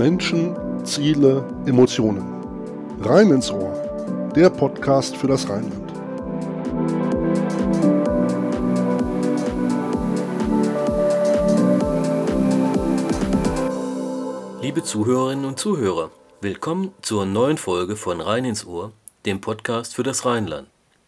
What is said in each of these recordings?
Menschen, Ziele, Emotionen. Rein ins Ohr, der Podcast für das Rheinland. Liebe Zuhörerinnen und Zuhörer, willkommen zur neuen Folge von Rein ins Ohr, dem Podcast für das Rheinland.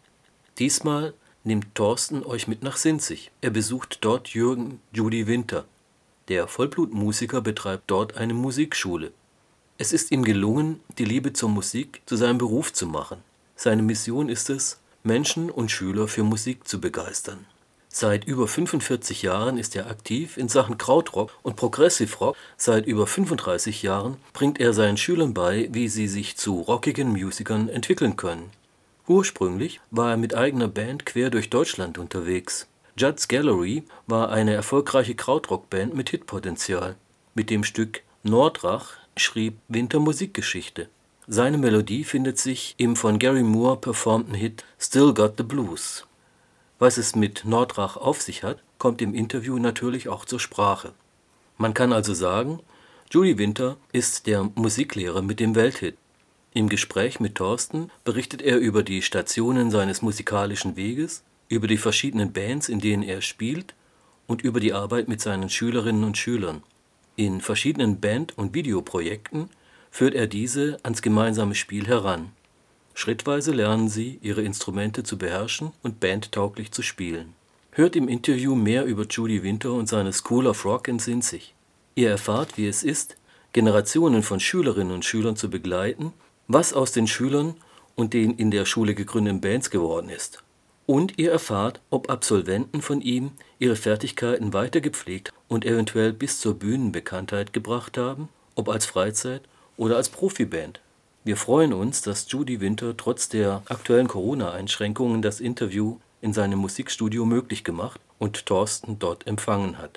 Diesmal nimmt Thorsten euch mit nach Sinzig. Er besucht dort Jürgen Judy Winter. Der Vollblutmusiker betreibt dort eine Musikschule. Es ist ihm gelungen, die Liebe zur Musik zu seinem Beruf zu machen. Seine Mission ist es, Menschen und Schüler für Musik zu begeistern. Seit über 45 Jahren ist er aktiv in Sachen Krautrock und Progressive Rock. Seit über 35 Jahren bringt er seinen Schülern bei, wie sie sich zu rockigen Musikern entwickeln können. Ursprünglich war er mit eigener Band quer durch Deutschland unterwegs. Judd's Gallery war eine erfolgreiche Krautrock-Band mit Hitpotenzial. Mit dem Stück Nordrach schrieb Winter Musikgeschichte. Seine Melodie findet sich im von Gary Moore performten Hit Still Got the Blues. Was es mit Nordrach auf sich hat, kommt im Interview natürlich auch zur Sprache. Man kann also sagen, Judy Winter ist der Musiklehrer mit dem Welthit. Im Gespräch mit Thorsten berichtet er über die Stationen seines musikalischen Weges, über die verschiedenen Bands, in denen er spielt und über die Arbeit mit seinen Schülerinnen und Schülern. In verschiedenen Band- und Videoprojekten führt er diese ans gemeinsame Spiel heran. Schrittweise lernen sie, ihre Instrumente zu beherrschen und bandtauglich zu spielen. Hört im Interview mehr über Judy Winter und seine School of Rock in Sinzig. Ihr erfahrt, wie es ist, Generationen von Schülerinnen und Schülern zu begleiten, was aus den Schülern und den in der Schule gegründeten Bands geworden ist. Und ihr erfahrt, ob Absolventen von ihm ihre Fertigkeiten weiter gepflegt und eventuell bis zur Bühnenbekanntheit gebracht haben, ob als Freizeit- oder als Profiband. Wir freuen uns, dass Judy Winter trotz der aktuellen Corona-Einschränkungen das Interview in seinem Musikstudio möglich gemacht und Thorsten dort empfangen hat.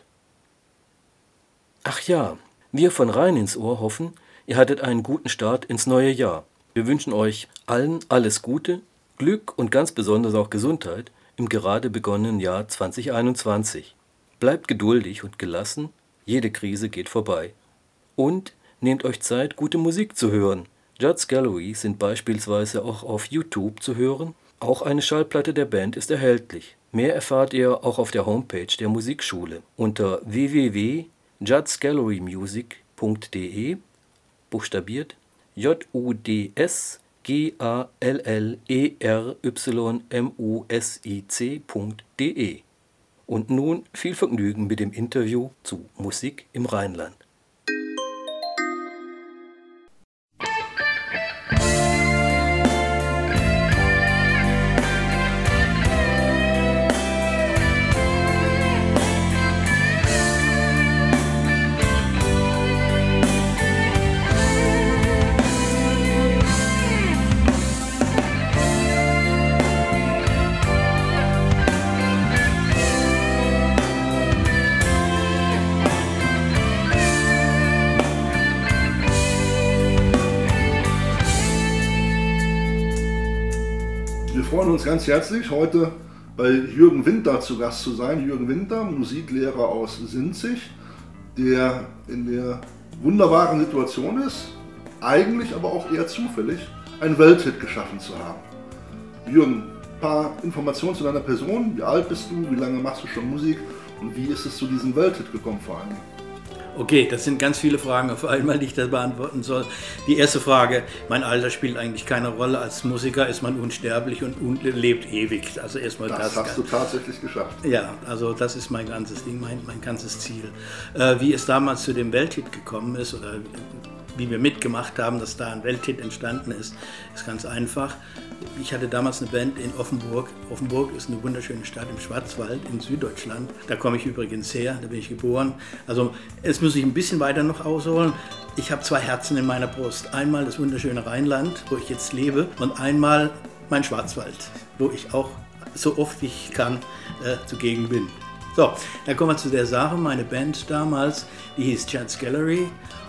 Ach ja, wir von Rein ins Ohr hoffen, ihr hattet einen guten Start ins neue Jahr. Wir wünschen euch allen alles Gute, Glück und ganz besonders auch Gesundheit im gerade begonnenen Jahr 2021. Bleibt geduldig und gelassen, jede Krise geht vorbei. Und nehmt euch Zeit, gute Musik zu hören. Judd's Gallery sind beispielsweise auch auf YouTube zu hören. Auch eine Schallplatte der Band ist erhältlich. Mehr erfahrt ihr auch auf der Homepage der Musikschule unter www.judsgallerymusic.de, buchstabiert judsgallerymusic.de. Und nun viel Vergnügen mit dem Interview zu Musik im Rheinland. Wir freuen uns ganz herzlich, heute bei Jürgen Winter zu Gast zu sein. Jürgen Winter, Musiklehrer aus Sinzig, der in der wunderbaren Situation ist, eigentlich aber auch eher zufällig, einen Welthit geschaffen zu haben. Jürgen, ein paar Informationen zu deiner Person. Wie alt bist du? Wie lange machst du schon Musik? Und wie ist es zu diesem Welthit gekommen vor allem? Okay, das sind ganz viele Fragen auf einmal, die ich da beantworten soll. Die erste Frage, mein Alter spielt eigentlich keine Rolle. Als Musiker ist man unsterblich und lebt ewig. Also erstmal das hast du tatsächlich geschafft. Ja, also das ist mein ganzes Ding, mein ganzes Ziel. Wie es damals zu dem Welthit gekommen ist oder wie wir mitgemacht haben, dass da ein Welthit entstanden ist ganz einfach. Ich hatte damals eine Band in Offenburg. Offenburg ist eine wunderschöne Stadt im Schwarzwald in Süddeutschland. Da komme ich übrigens her, da bin ich geboren. Also jetzt muss ich ein bisschen weiter noch ausholen. Ich habe zwei Herzen in meiner Brust. Einmal das wunderschöne Rheinland, wo ich jetzt lebe, und einmal mein Schwarzwald, wo ich auch so oft wie ich kann zugegen bin. So, dann kommen wir zu der Sache. Meine Band damals, die hieß Judd's Gallery.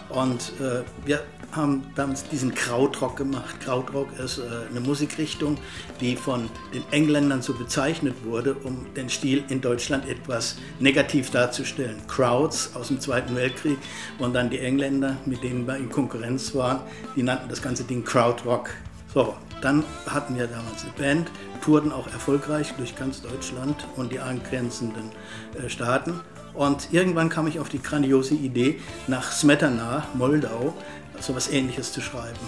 Und wir haben damals diesen Krautrock gemacht. Krautrock ist eine Musikrichtung, die von den Engländern so bezeichnet wurde, um den Stil in Deutschland etwas negativ darzustellen. Krauts aus dem Zweiten Weltkrieg und dann die Engländer, mit denen wir in Konkurrenz waren, die nannten das ganze Ding Krautrock. So, dann hatten wir damals eine Band, tourten auch erfolgreich durch ganz Deutschland und die angrenzenden Staaten. Und irgendwann kam ich auf die grandiose Idee, nach Smetana, Moldau, so etwas Ähnliches zu schreiben.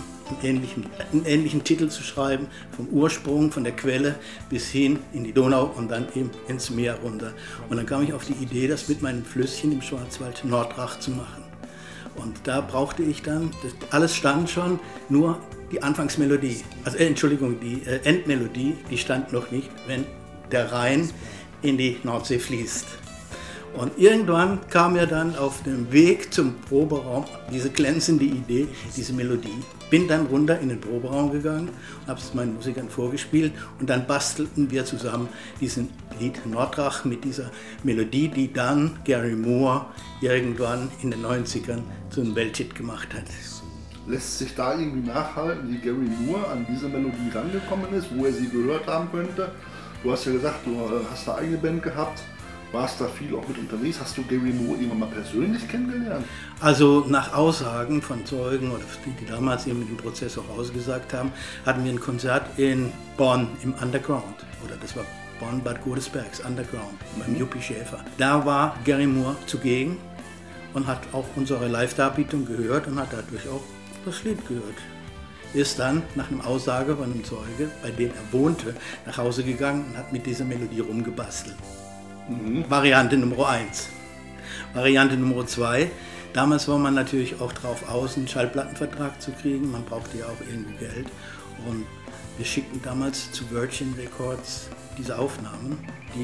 Einen ähnlichen Titel zu schreiben, vom Ursprung, von der Quelle bis hin in die Donau und dann eben ins Meer runter. Und dann kam ich auf die Idee, das mit meinem Flüsschen im Schwarzwald Nordrach zu machen. Und da brauchte ich dann, alles stand schon, nur die Anfangsmelodie, die Endmelodie, die stand noch nicht, wenn der Rhein in die Nordsee fließt. Und irgendwann kam mir dann auf dem Weg zum Proberaum diese glänzende Idee, diese Melodie. Bin dann runter in den Proberaum gegangen, habe es meinen Musikern vorgespielt und dann bastelten wir zusammen diesen Lied Nordrach mit dieser Melodie, die dann Gary Moore irgendwann in den 90ern zu einem Welthit gemacht hat. Lässt sich da irgendwie nachhalten, wie Gary Moore an diese Melodie rangekommen ist, wo er sie gehört haben könnte? Du hast ja gesagt, du hast eine eigene Band gehabt. Warst da viel auch mit unterwegs? Hast du Gary Moore irgendwann mal persönlich kennengelernt? Also nach Aussagen von Zeugen oder die damals eben den Prozess auch ausgesagt haben, hatten wir ein Konzert in Bonn im Underground. Oder das war Bonn, Bad Godesbergs Underground beim Juppie Schäfer. Da war Gary Moore zugegen und hat auch unsere Live-Darbietung gehört und hat dadurch auch das Lied gehört. Ist dann nach einer Aussage von einem Zeuge, bei dem er wohnte, nach Hause gegangen und hat mit dieser Melodie rumgebastelt. Variante Nummer 1. Variante Nummer 2. Damals war man natürlich auch drauf aus, einen Schallplattenvertrag zu kriegen. Man brauchte ja auch irgendwo Geld. Und wir schickten damals zu Virgin Records diese Aufnahmen.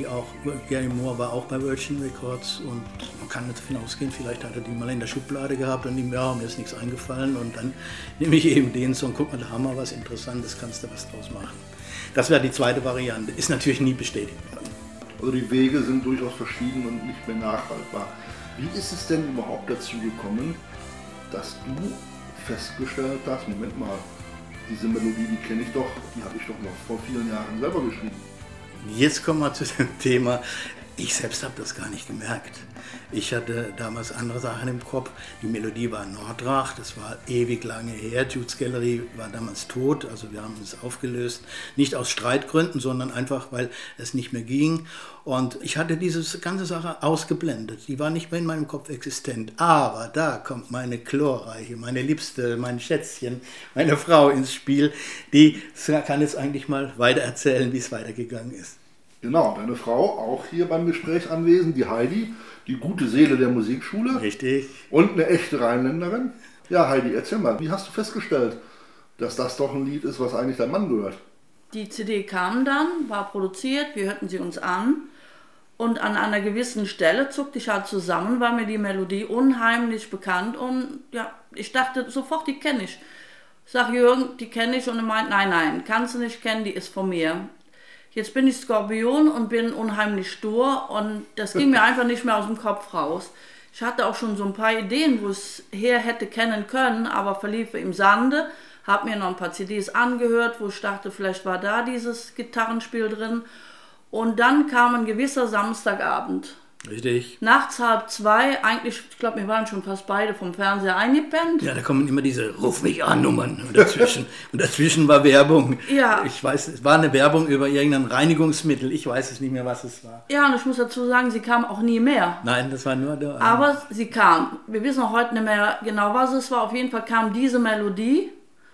Gary Moore war auch bei Virgin Records und man kann davon ausgehen, vielleicht hat er die mal in der Schublade gehabt und ihm, ja, mir ist nichts eingefallen. Und dann nehme ich eben den Song, guck mal, da haben wir was Interessantes, kannst du was draus machen. Das wäre die zweite Variante. Ist natürlich nie bestätigt worden. Also die Wege sind durchaus verschieden und nicht mehr nachhaltbar. Wie ist es denn überhaupt dazu gekommen, dass du festgestellt hast, Moment mal, diese Melodie, die kenne ich doch, die habe ich doch noch vor vielen Jahren selber geschrieben. Jetzt kommen wir zu dem Thema, ich selbst habe das gar nicht gemerkt. Ich hatte damals andere Sachen im Kopf. Die Melodie war Nordrach, das war ewig lange her. Jude's Gallery war damals tot, also wir haben es aufgelöst. Nicht aus Streitgründen, sondern einfach, weil es nicht mehr ging. Und ich hatte diese ganze Sache ausgeblendet. Die war nicht mehr in meinem Kopf existent. Aber da kommt meine Chlorreiche, meine Liebste, mein Schätzchen, meine Frau ins Spiel. Die kann jetzt eigentlich mal weiter erzählen, wie es weitergegangen ist. Genau, deine Frau auch hier beim Gespräch anwesend, die Heidi, die gute Seele der Musikschule. Richtig. Und eine echte Rheinländerin. Ja, Heidi, erzähl mal, wie hast du festgestellt, dass das doch ein Lied ist, was eigentlich dein Mann gehört? Die CD kam dann, war produziert, wir hörten sie uns an und an einer gewissen Stelle zuckte ich halt zusammen, war mir die Melodie unheimlich bekannt und ja, ich dachte sofort, die kenne ich. Ich sag Jürgen, die kenne ich und er meint, nein, kannst du nicht kennen, die ist von mir. Jetzt bin ich Skorpion und bin unheimlich stur und das ging mir einfach nicht mehr aus dem Kopf raus. Ich hatte auch schon so ein paar Ideen, wo es her hätte kennen können, aber verlief im Sande. Habe mir noch ein paar CDs angehört, wo ich dachte, vielleicht war da dieses Gitarrenspiel drin. Und dann kam ein gewisser Samstagabend. Richtig. Nachts 1:30, eigentlich, ich glaube, wir waren schon fast beide vom Fernseher eingepennt. Ja, da kommen immer diese Ruf mich an Nummern und dazwischen war Werbung. Ja. Ich weiß, es war eine Werbung über irgendein Reinigungsmittel, ich weiß es nicht mehr, was es war. Ja, und ich muss dazu sagen, sie kam auch nie mehr. Nein, das war nur da. Aber sie kam. Wir wissen auch heute nicht mehr genau, was es war. Auf jeden Fall kam diese Melodie.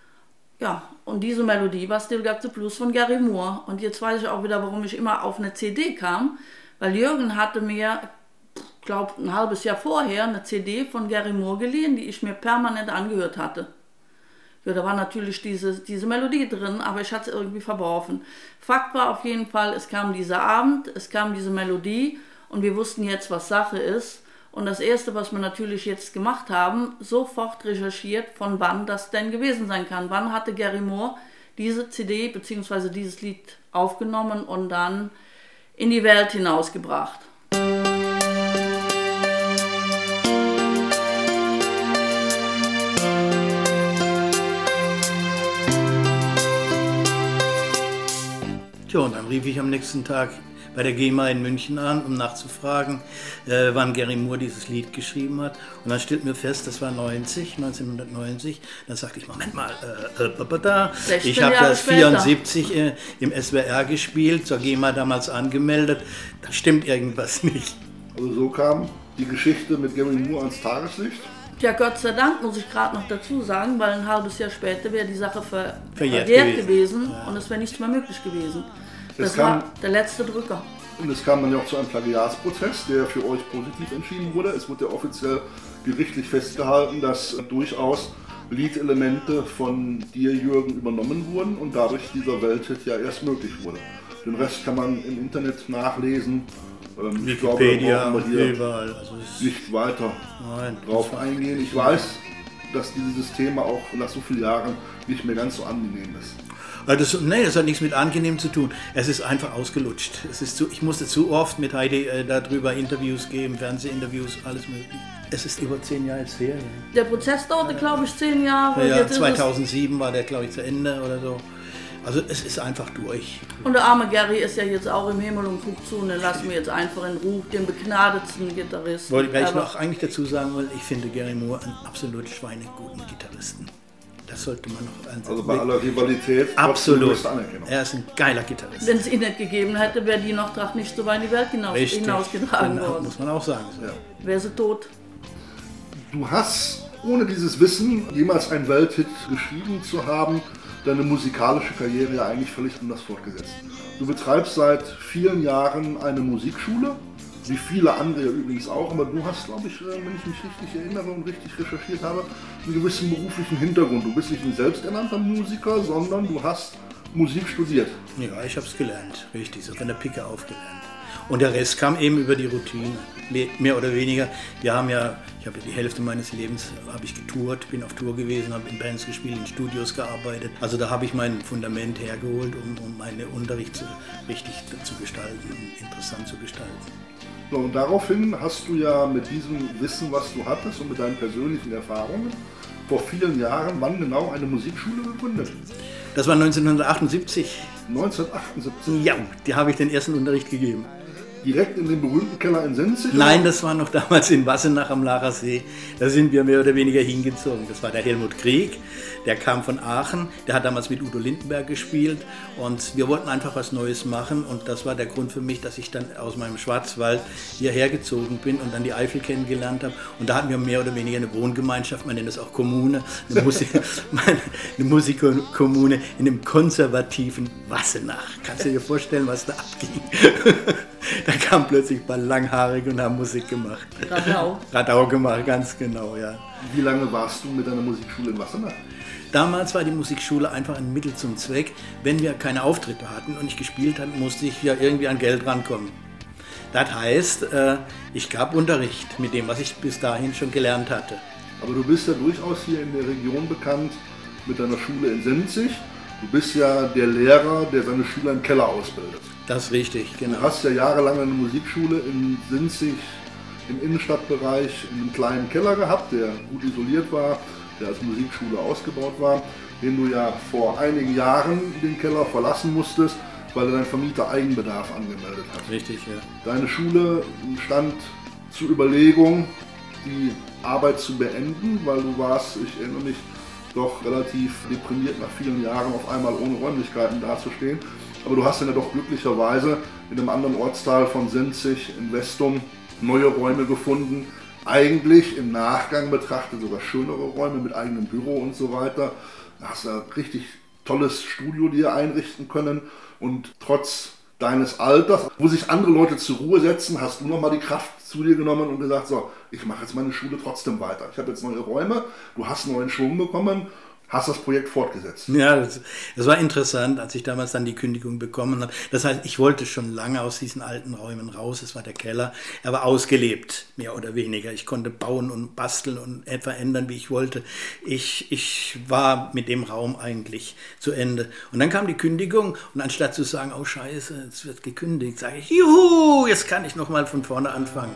Ja, und diese Melodie war Still Got the Blues von Gary Moore. Und jetzt weiß ich auch wieder, warum ich immer auf eine CD kam. Weil Jürgen hatte mir, ich glaube, ein halbes Jahr vorher eine CD von Gary Moore geliehen, die ich mir permanent angehört hatte. Ja, da war natürlich diese Melodie drin, aber ich hatte es irgendwie verworfen. Fakt war auf jeden Fall, es kam dieser Abend, es kam diese Melodie und wir wussten jetzt, was Sache ist. Und das Erste, was wir natürlich jetzt gemacht haben, sofort recherchiert, von wann das denn gewesen sein kann. Wann hatte Gary Moore diese CD bzw. dieses Lied aufgenommen und dann in die Welt hinausgebracht. Tja, und dann rief ich am nächsten Tag bei der GEMA in München an, um nachzufragen, wann Gary Moore dieses Lied geschrieben hat. Und dann stellten wir fest, das war 1990. Dann sagte ich, Moment mal, ich habe das 74 im SWR gespielt, zur GEMA damals angemeldet. Da stimmt irgendwas nicht. Also so kam die Geschichte mit Gary Moore ans Tageslicht. Ja, Gott sei Dank, muss ich gerade noch dazu sagen, weil ein halbes Jahr später wäre die Sache verjährt gewesen und es wäre nichts mehr möglich gewesen. Das war der letzte Drücker. Und es kam dann ja auch zu einem Plagiatsprozess, der für euch positiv entschieden wurde. Es wurde ja offiziell gerichtlich festgehalten, dass durchaus Liedelemente von dir, Jürgen, übernommen wurden und dadurch dieser Welthit ja erst möglich wurde. Den Rest kann man im Internet nachlesen. Wikipedia, ich glaube, wir überall. Also nicht weiter drauf eingehen. Ich weiß, dass dieses Thema auch nach so vielen Jahren nicht mehr ganz so angenehm ist. Das hat nichts mit angenehm zu tun. Es ist einfach ausgelutscht. Ich musste zu oft mit Heidi darüber Interviews geben, Fernsehinterviews, alles mögliche. Es ist über 10 Jahre jetzt her. Der Prozess dauerte, glaube ich, 10 Jahre. Ja, 2007 war der, glaube ich, zu Ende oder so. Also es ist einfach durch. Und der arme Gary ist ja jetzt auch im Himmel und guckt zu und den lassen wir jetzt einfach in Ruhe, den begnadetsten Gitarristen. Weil ich noch eigentlich dazu sagen will, ich finde Gary Moore einen absolut schweineguten Gitarristen. Das sollte man noch ansehen. Also bei aller Rivalität absolut. Anerkennung. Er ist ein geiler Gitarrist. Wenn es ihn nicht gegeben hätte, wäre die Noch-Tracht nicht so weit in die Welt hinausgetragen worden. Muss man auch sagen. So. Ja. Wäre sie tot. Du hast, ohne dieses Wissen, jemals einen Welthit geschrieben zu haben, deine musikalische Karriere ja eigentlich völlig anders fortgesetzt. Du betreibst seit vielen Jahren eine Musikschule, wie viele andere übrigens auch, aber du hast, glaube ich, wenn ich mich richtig erinnere und richtig recherchiert habe, einen gewissen beruflichen Hintergrund. Du bist nicht ein selbsternannter Musiker, sondern du hast Musik studiert. Ja, ich habe es gelernt, richtig, so von der Picke auf gelernt. Und der Rest kam eben über die Routine, mehr oder weniger. Ich habe ja die Hälfte meines Lebens getourt, bin auf Tour gewesen, habe in Bands gespielt, in Studios gearbeitet. Also da habe ich mein Fundament hergeholt, um meinen Unterricht richtig zu gestalten und interessant zu gestalten. So, und daraufhin hast du ja mit diesem Wissen, was du hattest und mit deinen persönlichen Erfahrungen vor vielen Jahren, wann genau, eine Musikschule gegründet? Das war 1978. 1978? Ja, da habe ich den ersten Unterricht gegeben. Direkt in den berühmten Keller in Sinzig? Nein, das war noch damals in Wassenach am Lacher See. Da sind wir mehr oder weniger hingezogen. Das war der Helmut Krieg, der kam von Aachen. Der hat damals mit Udo Lindenberg gespielt. Und wir wollten einfach was Neues machen. Und das war der Grund für mich, dass ich dann aus meinem Schwarzwald hierher gezogen bin und dann die Eifel kennengelernt habe. Und da hatten wir mehr oder weniger eine Wohngemeinschaft. Man nennt das auch Kommune. Eine Musikkommune in einem konservativen Wassenach. Kannst du dir vorstellen, was da abging? Da kamen plötzlich ein paar Langhaarige und haben Musik gemacht. Radau gemacht, ganz genau, ja. Wie lange warst du mit deiner Musikschule in Wassenach? Damals war die Musikschule einfach ein Mittel zum Zweck. Wenn wir keine Auftritte hatten und ich gespielt habe, musste ich ja irgendwie an Geld rankommen. Das heißt, ich gab Unterricht mit dem, was ich bis dahin schon gelernt hatte. Aber du bist ja durchaus hier in der Region bekannt mit deiner Schule in Sinzig. Du bist ja der Lehrer, der seine Schüler im Keller ausbildet. Das ist richtig, genau. Du hast ja jahrelang eine Musikschule in Sinzig im Innenstadtbereich in einem kleinen Keller gehabt, der gut isoliert war, der als Musikschule ausgebaut war, den du ja vor einigen Jahren den Keller verlassen musstest, weil dein Vermieter Eigenbedarf angemeldet hat. Richtig, ja. Deine Schule stand zur Überlegung, die Arbeit zu beenden, weil du warst, ich erinnere mich, doch relativ deprimiert nach vielen Jahren auf einmal ohne Räumlichkeiten dazustehen. Aber du hast dann ja doch glücklicherweise in einem anderen Ortsteil von Sinzig in Westum neue Räume gefunden. Eigentlich im Nachgang betrachtet sogar schönere Räume mit eigenem Büro und so weiter. Da hast du ein richtig tolles Studio dir einrichten können. Und trotz deines Alters, wo sich andere Leute zur Ruhe setzen, hast du nochmal die Kraft zu dir genommen und gesagt, so, ich mache jetzt meine Schule trotzdem weiter. Ich habe jetzt neue Räume, du hast neuen Schwung bekommen, hast das Projekt fortgesetzt. Ja, das war interessant, als ich damals dann die Kündigung bekommen habe. Das heißt, ich wollte schon lange aus diesen alten Räumen raus. Es war der Keller. Er war ausgelebt, mehr oder weniger. Ich konnte bauen und basteln und verändern, wie ich wollte. Ich war mit dem Raum eigentlich zu Ende. Und dann kam die Kündigung und anstatt zu sagen, oh Scheiße, es wird gekündigt, sage ich, juhu, jetzt kann ich nochmal von vorne anfangen.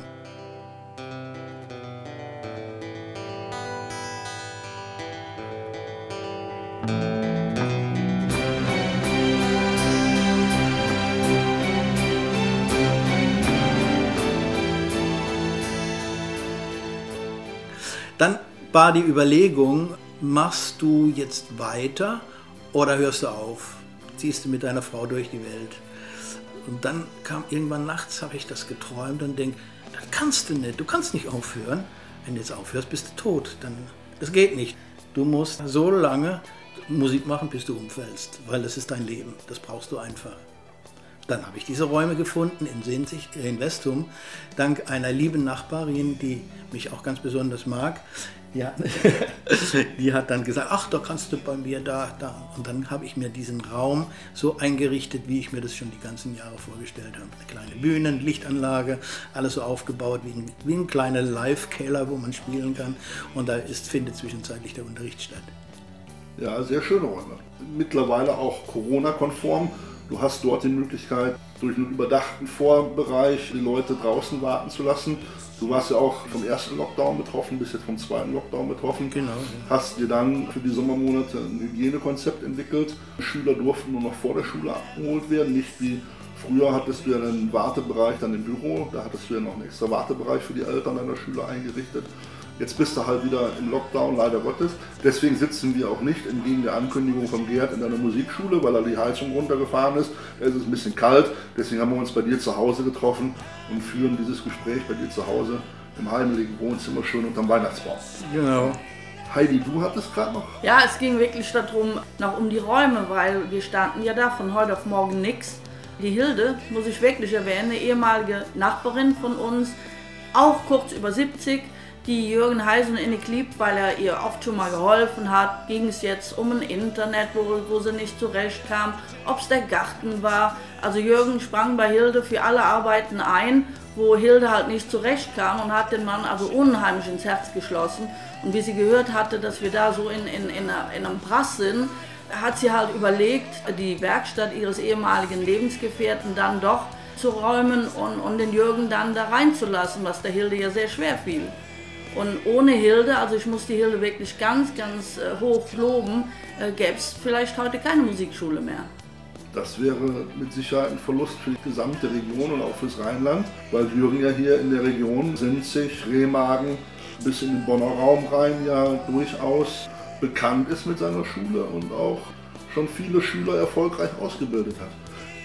Dann war die Überlegung, machst du jetzt weiter oder hörst du auf? Ziehst du mit deiner Frau durch die Welt? Und dann kam irgendwann nachts, habe ich das geträumt und denke, das kannst du nicht, du kannst nicht aufhören. Wenn du jetzt aufhörst, bist du tot. Das geht nicht. Du musst so lange Musik machen, bis du umfällst, weil das ist dein Leben, das brauchst du einfach. Dann habe ich diese Räume gefunden in Sinzig, in Westum, dank einer lieben Nachbarin, die mich auch ganz besonders mag. Ja, die hat dann gesagt, ach, da kannst du bei mir da. Und dann habe ich mir diesen Raum so eingerichtet, wie ich mir das schon die ganzen Jahre vorgestellt habe. Eine kleine Bühne, Lichtanlage, alles so aufgebaut wie ein kleiner Live-Keller, wo man spielen kann. Und da findet zwischenzeitlich der Unterricht statt. Ja, sehr schöne Räume. Mittlerweile auch Corona-konform. Du hast dort die Möglichkeit, durch einen überdachten Vorbereich die Leute draußen warten zu lassen. Du warst ja auch vom ersten Lockdown betroffen, bist jetzt vom zweiten Lockdown betroffen. Genau. Hast dir dann für die Sommermonate ein Hygienekonzept entwickelt. Schüler durften nur noch vor der Schule abgeholt werden, nicht wie früher hattest du ja einen Wartebereich dann im Büro. Da hattest du ja noch einen extra Wartebereich für die Eltern deiner Schüler eingerichtet. Jetzt bist du halt wieder im Lockdown, leider Gottes. Deswegen sitzen wir auch nicht entgegen der Ankündigung von Gerd in deiner Musikschule, weil da die Heizung runtergefahren ist. Es ist ein bisschen kalt, deswegen haben wir uns bei dir zu Hause getroffen und führen dieses Gespräch bei dir zu Hause im heimeligen Wohnzimmer schön unterm Weihnachtsbaum. Genau. Heidi, du hattest gerade noch? Ja, es ging wirklich darum, noch um die Räume, weil wir standen ja da von heute auf morgen nichts. Die Hilde, muss ich wirklich erwähnen, eine ehemalige Nachbarin von uns, auch kurz über 70, die Jürgen Heisen innig liebt, weil er ihr oft schon mal geholfen hat. Ging es jetzt um ein Internet, wo sie nicht zurechtkam, ob es der Garten war. Also Jürgen sprang bei Hilde für alle Arbeiten ein, wo Hilde halt nicht zurechtkam und hat den Mann also unheimlich ins Herz geschlossen. Und wie sie gehört hatte, dass wir da so in einem Brass sind, hat sie halt überlegt, die Werkstatt ihres ehemaligen Lebensgefährten dann doch zu räumen und den Jürgen dann da reinzulassen, was der Hilde ja sehr schwer fiel. Und ohne Hilde, also ich muss die Hilde wirklich ganz, ganz hoch loben, gäbe es vielleicht heute keine Musikschule mehr. Das wäre mit Sicherheit ein Verlust für die gesamte Region und auch fürs Rheinland, weil Jürgen ja hier in der Region Sinzig, Remagen bis in den Bonner Raum rein ja durchaus bekannt ist mit seiner Schule und auch schon viele Schüler erfolgreich ausgebildet hat.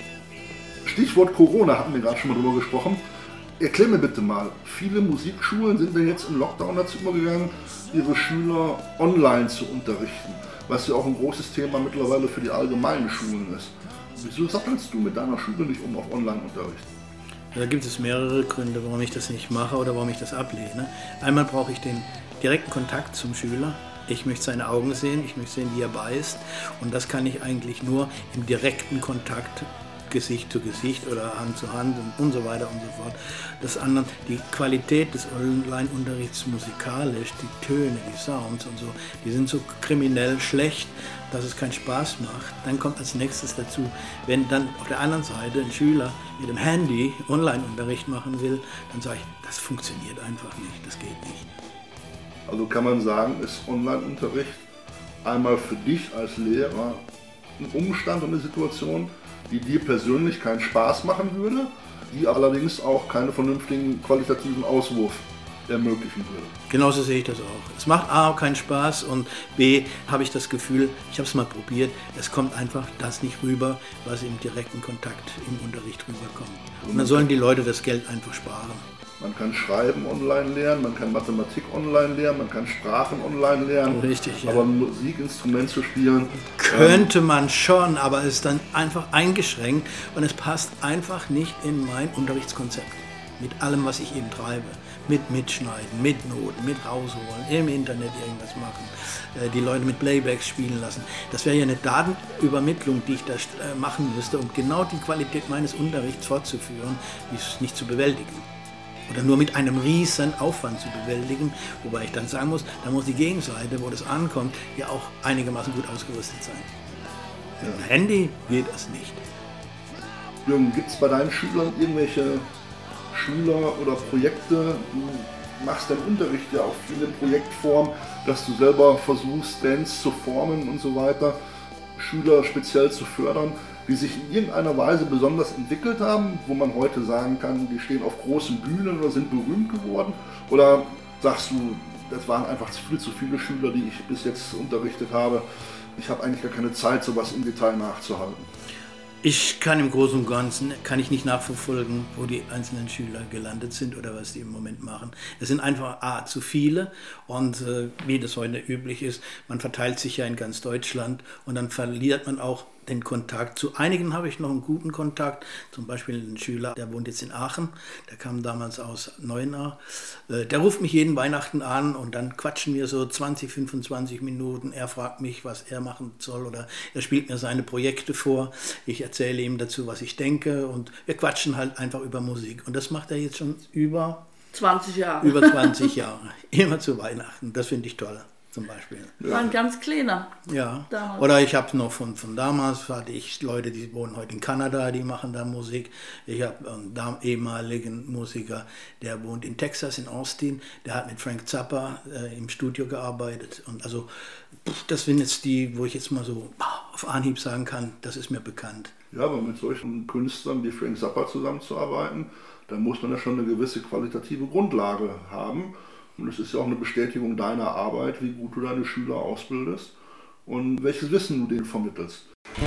Stichwort Corona hatten wir gerade schon mal drüber gesprochen. Erklär mir bitte mal, viele Musikschulen sind denn jetzt im Lockdown dazu übergegangen, ihre Schüler online zu unterrichten, was ja auch ein großes Thema mittlerweile für die allgemeinen Schulen ist. Wieso sattelst du mit deiner Schule nicht um auf Online-Unterricht? Da gibt es mehrere Gründe, warum ich das nicht mache oder warum ich das ablehne. Einmal brauche ich den direkten Kontakt zum Schüler. Ich möchte seine Augen sehen, ich möchte sehen, wie er beißt. Und das kann ich eigentlich nur im direkten Kontakt, Gesicht zu Gesicht oder Hand zu Hand und so weiter und so fort. Das andere, die Qualität des Online-Unterrichts musikalisch, die Töne, die Sounds und so, die sind so kriminell schlecht, dass es keinen Spaß macht. Dann kommt als nächstes dazu, wenn dann auf der anderen Seite ein Schüler mit dem Handy Online-Unterricht machen will, dann sage ich, das funktioniert einfach nicht, das geht nicht. Also kann man sagen, ist Online-Unterricht einmal für dich als Lehrer ein Umstand und eine Situation, die dir persönlich keinen Spaß machen würde, die allerdings auch keinen vernünftigen qualitativen Auswurf ermöglichen würde. Genauso sehe ich das auch. Es macht A, keinen Spaß und B, habe ich das Gefühl, ich habe es mal probiert, es kommt einfach das nicht rüber, was im direkten Kontakt im Unterricht rüberkommt. Und dann sollen die Leute das Geld einfach sparen. Man kann Schreiben online lernen, man kann Mathematik online lernen, man kann Sprachen online lernen. Richtig, ja. Aber ein Musikinstrument zu spielen... Könnte man schon, aber es ist dann einfach eingeschränkt und es passt einfach nicht in mein Unterrichtskonzept. Mit allem, was ich eben treibe. Mit Mitschneiden, mit Noten, mit rausholen, im Internet irgendwas machen, die Leute mit Playbacks spielen lassen. Das wäre ja eine Datenübermittlung, die ich da machen müsste, um genau die Qualität meines Unterrichts fortzuführen, die ist nicht zu bewältigen. Oder nur mit einem riesen Aufwand zu bewältigen, wobei ich dann sagen muss, da muss die Gegenseite, wo das ankommt, ja auch einigermaßen gut ausgerüstet sein. Mit dem Handy geht es nicht. Jürgen, gibt es bei deinen Schülern irgendwelche Schüler oder Projekte? Du machst deinen Unterricht ja auch viel in Projektform, dass du selber versuchst, Bands zu formen und so weiter, Schüler speziell zu fördern, die sich in irgendeiner Weise besonders entwickelt haben, wo man heute sagen kann, die stehen auf großen Bühnen oder sind berühmt geworden? Oder sagst du, das waren einfach viel zu viele Schüler, die ich bis jetzt unterrichtet habe. Ich habe eigentlich gar keine Zeit, sowas im Detail nachzuhalten. Ich kann im Großen und Ganzen nicht nachverfolgen, wo die einzelnen Schüler gelandet sind oder was die im Moment machen. Es sind einfach zu viele und wie das heute üblich ist, man verteilt sich ja in ganz Deutschland und dann verliert man auch den Kontakt. Zu einigen habe ich noch einen guten Kontakt, zum Beispiel ein Schüler, der wohnt jetzt in Aachen, der kam damals aus Neuenahr. Der ruft mich jeden Weihnachten an und dann quatschen wir so 20, 25 Minuten. Er fragt mich, was er machen soll oder er spielt mir seine Projekte vor. Ich erzähle ihm dazu, was ich denke und wir quatschen halt einfach über Musik. Und das macht er jetzt schon über 20 Jahre. Über 20 Jahre, immer zu Weihnachten. Das finde ich toll. Zum Beispiel. War ein ganz kleiner. Ja. Damals. Oder ich habe noch von damals, hatte ich Leute, die wohnen heute in Kanada, die machen da Musik. Ich habe einen ehemaligen Musiker, der wohnt in Texas, in Austin, der hat mit Frank Zappa im Studio gearbeitet. Und also das sind jetzt die, wo ich jetzt mal so auf Anhieb sagen kann, das ist mir bekannt. Ja, aber mit solchen Künstlern wie Frank Zappa zusammenzuarbeiten, da muss man ja schon eine gewisse qualitative Grundlage haben. Und es ist ja auch eine Bestätigung deiner Arbeit, wie gut du deine Schüler ausbildest und welches Wissen du denen vermittelst.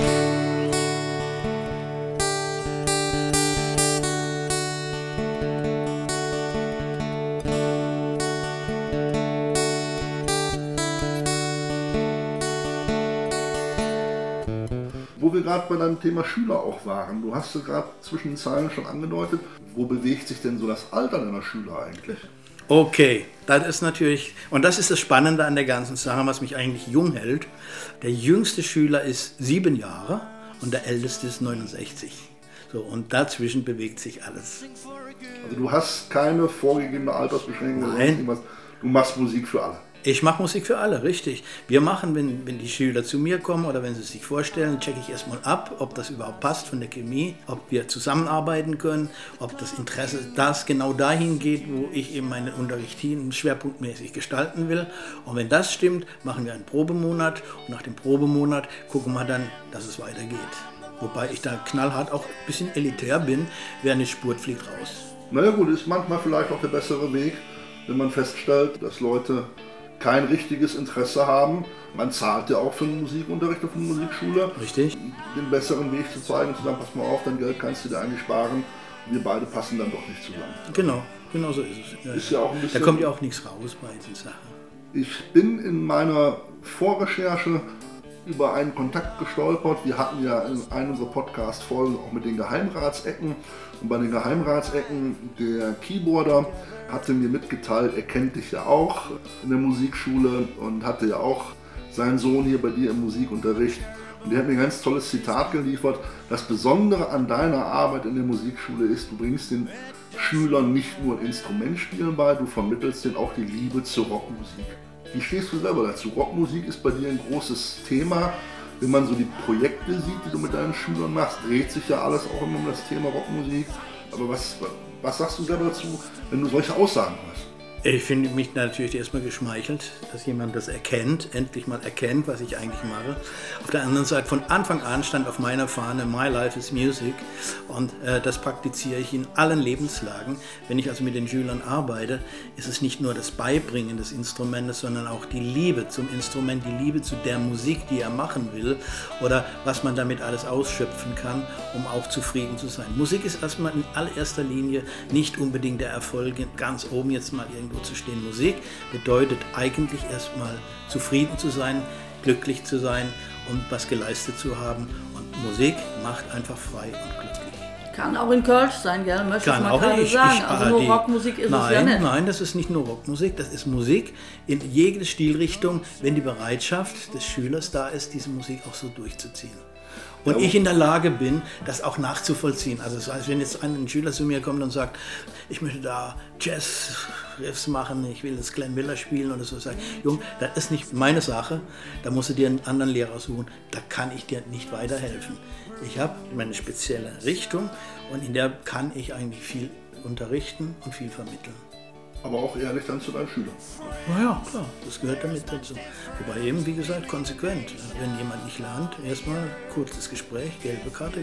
Wo wir gerade bei deinem Thema Schüler auch waren, du hast es gerade zwischen den Zeilen schon angedeutet, wo bewegt sich denn so das Alter deiner Schüler eigentlich? Okay, das ist natürlich, und das ist das Spannende an der ganzen Sache, was mich eigentlich jung hält. Der jüngste Schüler ist 7 Jahre und der älteste ist 69. So, und dazwischen bewegt sich alles. Also du hast keine vorgegebene Altersbeschränkung? Nein. Du machst Musik für alle? Ich mache Musik für alle, richtig. Wir machen, wenn die Schüler zu mir kommen oder wenn sie sich vorstellen, checke ich erstmal ab, ob das überhaupt passt von der Chemie, ob wir zusammenarbeiten können, ob das Interesse genau dahin geht, wo ich eben meinen Unterricht schwerpunktmäßig gestalten will. Und wenn das stimmt, machen wir einen Probemonat und nach dem Probemonat gucken wir dann, dass es weitergeht. Wobei ich da knallhart auch ein bisschen elitär bin, wer nicht spurt, fliegt raus. Naja gut, ist manchmal vielleicht auch der bessere Weg, wenn man feststellt, dass Leute kein richtiges Interesse haben. Man zahlt ja auch für den Musikunterricht auf der Musikschule. Richtig. Den besseren Weg zu zeigen und zu sagen, pass mal auf, dein Geld kannst du dir eigentlich sparen. Wir beide passen dann doch nicht zusammen. Genau so ist es. Ja, ist ja auch ein bisschen, da kommt ja auch nichts raus bei diesen Sachen. Ich bin in meiner Vorrecherche über einen Kontakt gestolpert. Wir hatten ja in einem unserer Podcast-Folgen auch mit den Geheimratsecken. Und bei den Geheimratsecken, der Keyboarder hatte mir mitgeteilt, er kennt dich ja auch in der Musikschule und hatte ja auch seinen Sohn hier bei dir im Musikunterricht. Und der hat mir ein ganz tolles Zitat geliefert. Das Besondere an deiner Arbeit in der Musikschule ist, du bringst den Schülern nicht nur ein Instrumentspielen bei, du vermittelst denen auch die Liebe zur Rockmusik. Wie stehst du selber dazu? Rockmusik ist bei dir ein großes Thema. Wenn man so die Projekte sieht, die du mit deinen Schülern machst, dreht sich ja alles auch immer um das Thema Rockmusik. Aber was sagst du selber dazu, wenn du solche Aussagen hast? Ich finde mich natürlich erstmal geschmeichelt, dass jemand das endlich mal erkennt, was ich eigentlich mache. Auf der anderen Seite, von Anfang an stand auf meiner Fahne My Life is Music und das praktiziere ich in allen Lebenslagen. Wenn ich also mit den Schülern arbeite, ist es nicht nur das Beibringen des Instrumentes, sondern auch die Liebe zum Instrument, die Liebe zu der Musik, die er machen will oder was man damit alles ausschöpfen kann, um auch zufrieden zu sein. Musik ist erstmal in allererster Linie nicht unbedingt der Erfolg, ganz oben jetzt mal irgendwo zu stehen. Musik bedeutet eigentlich erstmal zufrieden zu sein, glücklich zu sein und was geleistet zu haben. Und Musik macht einfach frei und glücklich. Kann auch in Kölsch sein, gell? Möchte ich mal gerade sagen. Also nur Rockmusik ist es ja nicht. Nein, das ist nicht nur Rockmusik, das ist Musik in jede Stilrichtung, wenn die Bereitschaft des Schülers da ist, diese Musik auch so durchzuziehen. Und ich in der Lage bin, das auch nachzuvollziehen. Also das heißt, wenn jetzt ein Schüler zu mir kommt und sagt, ich möchte da Jazz-Riffs machen, ich will das Glenn Miller spielen oder so, sage ich, Junge, das ist nicht meine Sache, da musst du dir einen anderen Lehrer suchen, da kann ich dir nicht weiterhelfen. Ich habe meine spezielle Richtung und in der kann ich eigentlich viel unterrichten und viel vermitteln. Aber auch ehrlich dann zu deinen Schülern. Ja, klar, das gehört damit dazu. Wobei eben, wie gesagt, konsequent. Wenn jemand nicht lernt, erstmal kurzes Gespräch, gelbe Karte,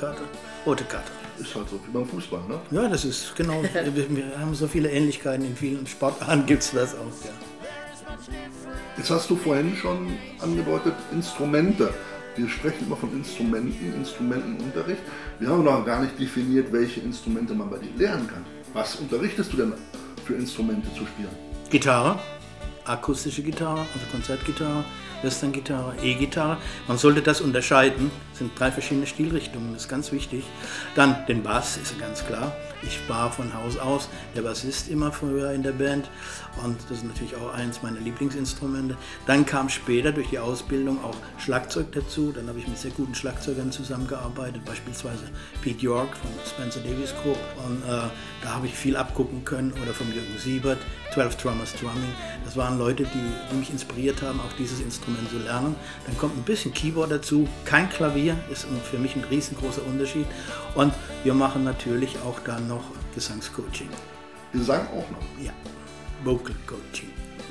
rote Karte. Ist halt so wie beim Fußball, ne? Ja, das ist genau, wir haben so viele Ähnlichkeiten, in vielen Sportarten gibt es das auch, ja. Jetzt hast du vorhin schon angedeutet, Instrumente. Wir sprechen immer von Instrumenten, Instrumentenunterricht. Wir haben noch gar nicht definiert, welche Instrumente man bei dir lernen kann. Was unterrichtest du denn für Instrumente zu spielen? Gitarre, akustische Gitarre, also Konzertgitarre, Westerngitarre, E-Gitarre. Man sollte das unterscheiden. Das sind 3 verschiedene Stilrichtungen, das ist ganz wichtig. Dann den Bass, ist ganz klar. Ich war von Haus aus der Bassist immer früher in der Band und das ist natürlich auch eins meiner Lieblingsinstrumente. Dann kam später durch die Ausbildung auch Schlagzeug dazu. Dann habe ich mit sehr guten Schlagzeugern zusammengearbeitet, beispielsweise Pete York von Spencer Davis Group. Und da habe ich viel abgucken können, oder von Jürgen Siebert, 12 Drummers Drumming. Das waren Leute, die mich inspiriert haben, auch dieses Instrument zu lernen. Dann kommt ein bisschen Keyboard dazu, kein Klavier, ist für mich ein riesengroßer Unterschied. Und wir machen natürlich auch dann noch Gesangscoaching. Gesang auch noch? Ja, Vocal Coaching.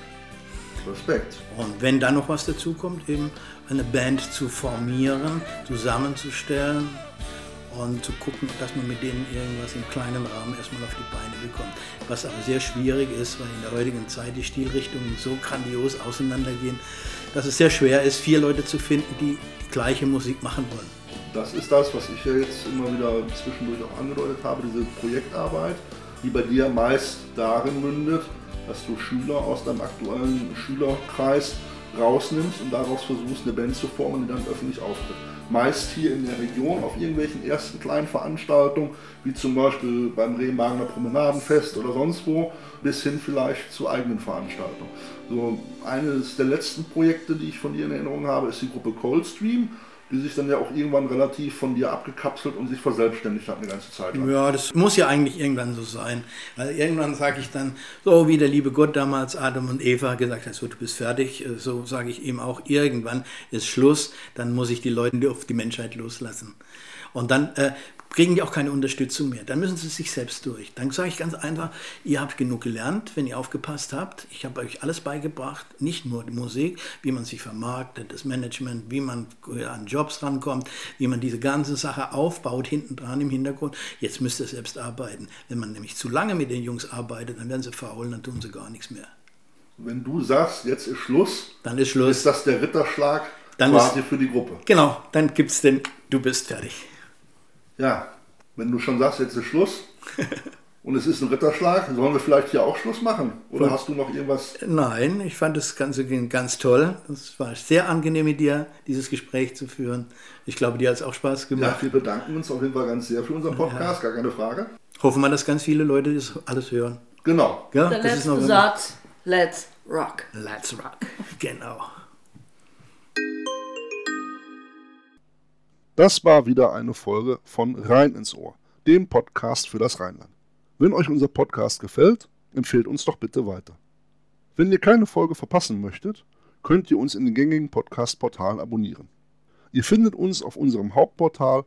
Respekt. Und wenn dann noch was dazu kommt, eben eine Band zu formieren, zusammenzustellen und zu gucken, dass man mit denen irgendwas im kleinen Rahmen erstmal auf die Beine bekommt. Was aber sehr schwierig ist, weil in der heutigen Zeit die Stilrichtungen so grandios auseinandergehen, dass es sehr schwer ist, 4 Leute zu finden, die gleiche Musik machen wollen. Das ist das, was ich ja jetzt immer wieder zwischendurch auch angedeutet habe, diese Projektarbeit, die bei dir meist darin mündet, dass du Schüler aus deinem aktuellen Schülerkreis rausnimmst und daraus versuchst, eine Band zu formen, die dann öffentlich auftritt. Meist hier in der Region auf irgendwelchen ersten kleinen Veranstaltungen, wie zum Beispiel beim Rehmagener Promenadenfest oder sonst wo, bis hin vielleicht zu eigenen Veranstaltungen. So, eines der letzten Projekte, die ich von dir in Erinnerung habe, ist die Gruppe Coldstream, die sich dann ja auch irgendwann relativ von dir abgekapselt und sich verselbstständigt hat eine ganze Zeit lang. Ja, das muss ja eigentlich irgendwann so sein. Weil irgendwann sage ich dann, so wie der liebe Gott damals Adam und Eva gesagt hat, so du bist fertig, so sage ich ihm auch, irgendwann ist Schluss, dann muss ich die Leute auf die Menschheit loslassen. Und dann kriegen die auch keine Unterstützung mehr. Dann müssen sie sich selbst durch. Dann sage ich ganz einfach, ihr habt genug gelernt, wenn ihr aufgepasst habt. Ich habe euch alles beigebracht, nicht nur die Musik, wie man sich vermarktet, das Management, wie man an Jobs rankommt, wie man diese ganze Sache aufbaut, hinten dran im Hintergrund. Jetzt müsst ihr selbst arbeiten. Wenn man nämlich zu lange mit den Jungs arbeitet, dann werden sie faul, dann tun sie gar nichts mehr. Wenn du sagst, jetzt ist Schluss, dann ist Schluss. Ist das der Ritterschlag dann quasi für die Gruppe. Genau, dann gibt es den, du bist fertig. Ja, wenn du schon sagst, jetzt ist Schluss und es ist ein Ritterschlag, sollen wir vielleicht hier auch Schluss machen? Oder hast du noch irgendwas? Nein, ich fand das Ganze ganz toll. Es war sehr angenehm mit dir, dieses Gespräch zu führen. Ich glaube, dir hat es auch Spaß gemacht. Ja, wir bedanken uns auf jeden Fall ganz sehr für unseren Podcast, gar keine Frage. Hoffen wir, dass ganz viele Leute das alles hören. Genau. Ja, Der das ist letzte Satz, let's rock. Let's rock, genau. Das war wieder eine Folge von Rein ins Ohr, dem Podcast für das Rheinland. Wenn euch unser Podcast gefällt, empfehlt uns doch bitte weiter. Wenn ihr keine Folge verpassen möchtet, könnt ihr uns in den gängigen Podcast-Portalen abonnieren. Ihr findet uns auf unserem Hauptportal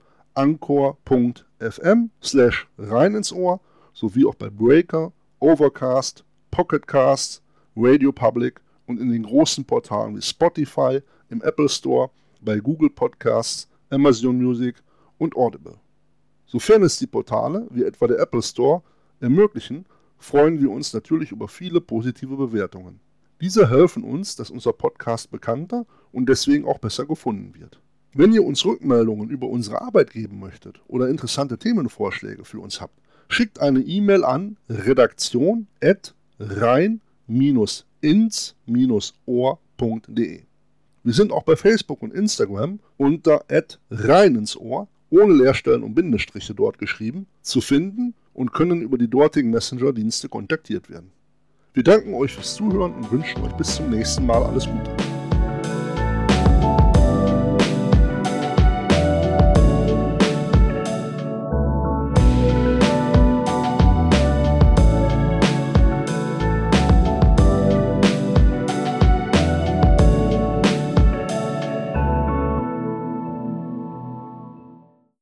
anchor.fm/rein ins Ohr sowie auch bei Breaker, Overcast, Pocketcast, Radio Public und in den großen Portalen wie Spotify, im Apple Store, bei Google Podcasts, Amazon Music und Audible. Sofern es die Portale, wie etwa der Apple Store, ermöglichen, freuen wir uns natürlich über viele positive Bewertungen. Diese helfen uns, dass unser Podcast bekannter und deswegen auch besser gefunden wird. Wenn ihr uns Rückmeldungen über unsere Arbeit geben möchtet oder interessante Themenvorschläge für uns habt, schickt eine E-Mail an redaktion@rein-ins-ohr.de. Wir sind auch bei Facebook und Instagram unter @rein ins Ohr, ohne Leerstellen und Bindestriche dort geschrieben, zu finden und können über die dortigen Messenger-Dienste kontaktiert werden. Wir danken euch fürs Zuhören und wünschen euch bis zum nächsten Mal alles Gute.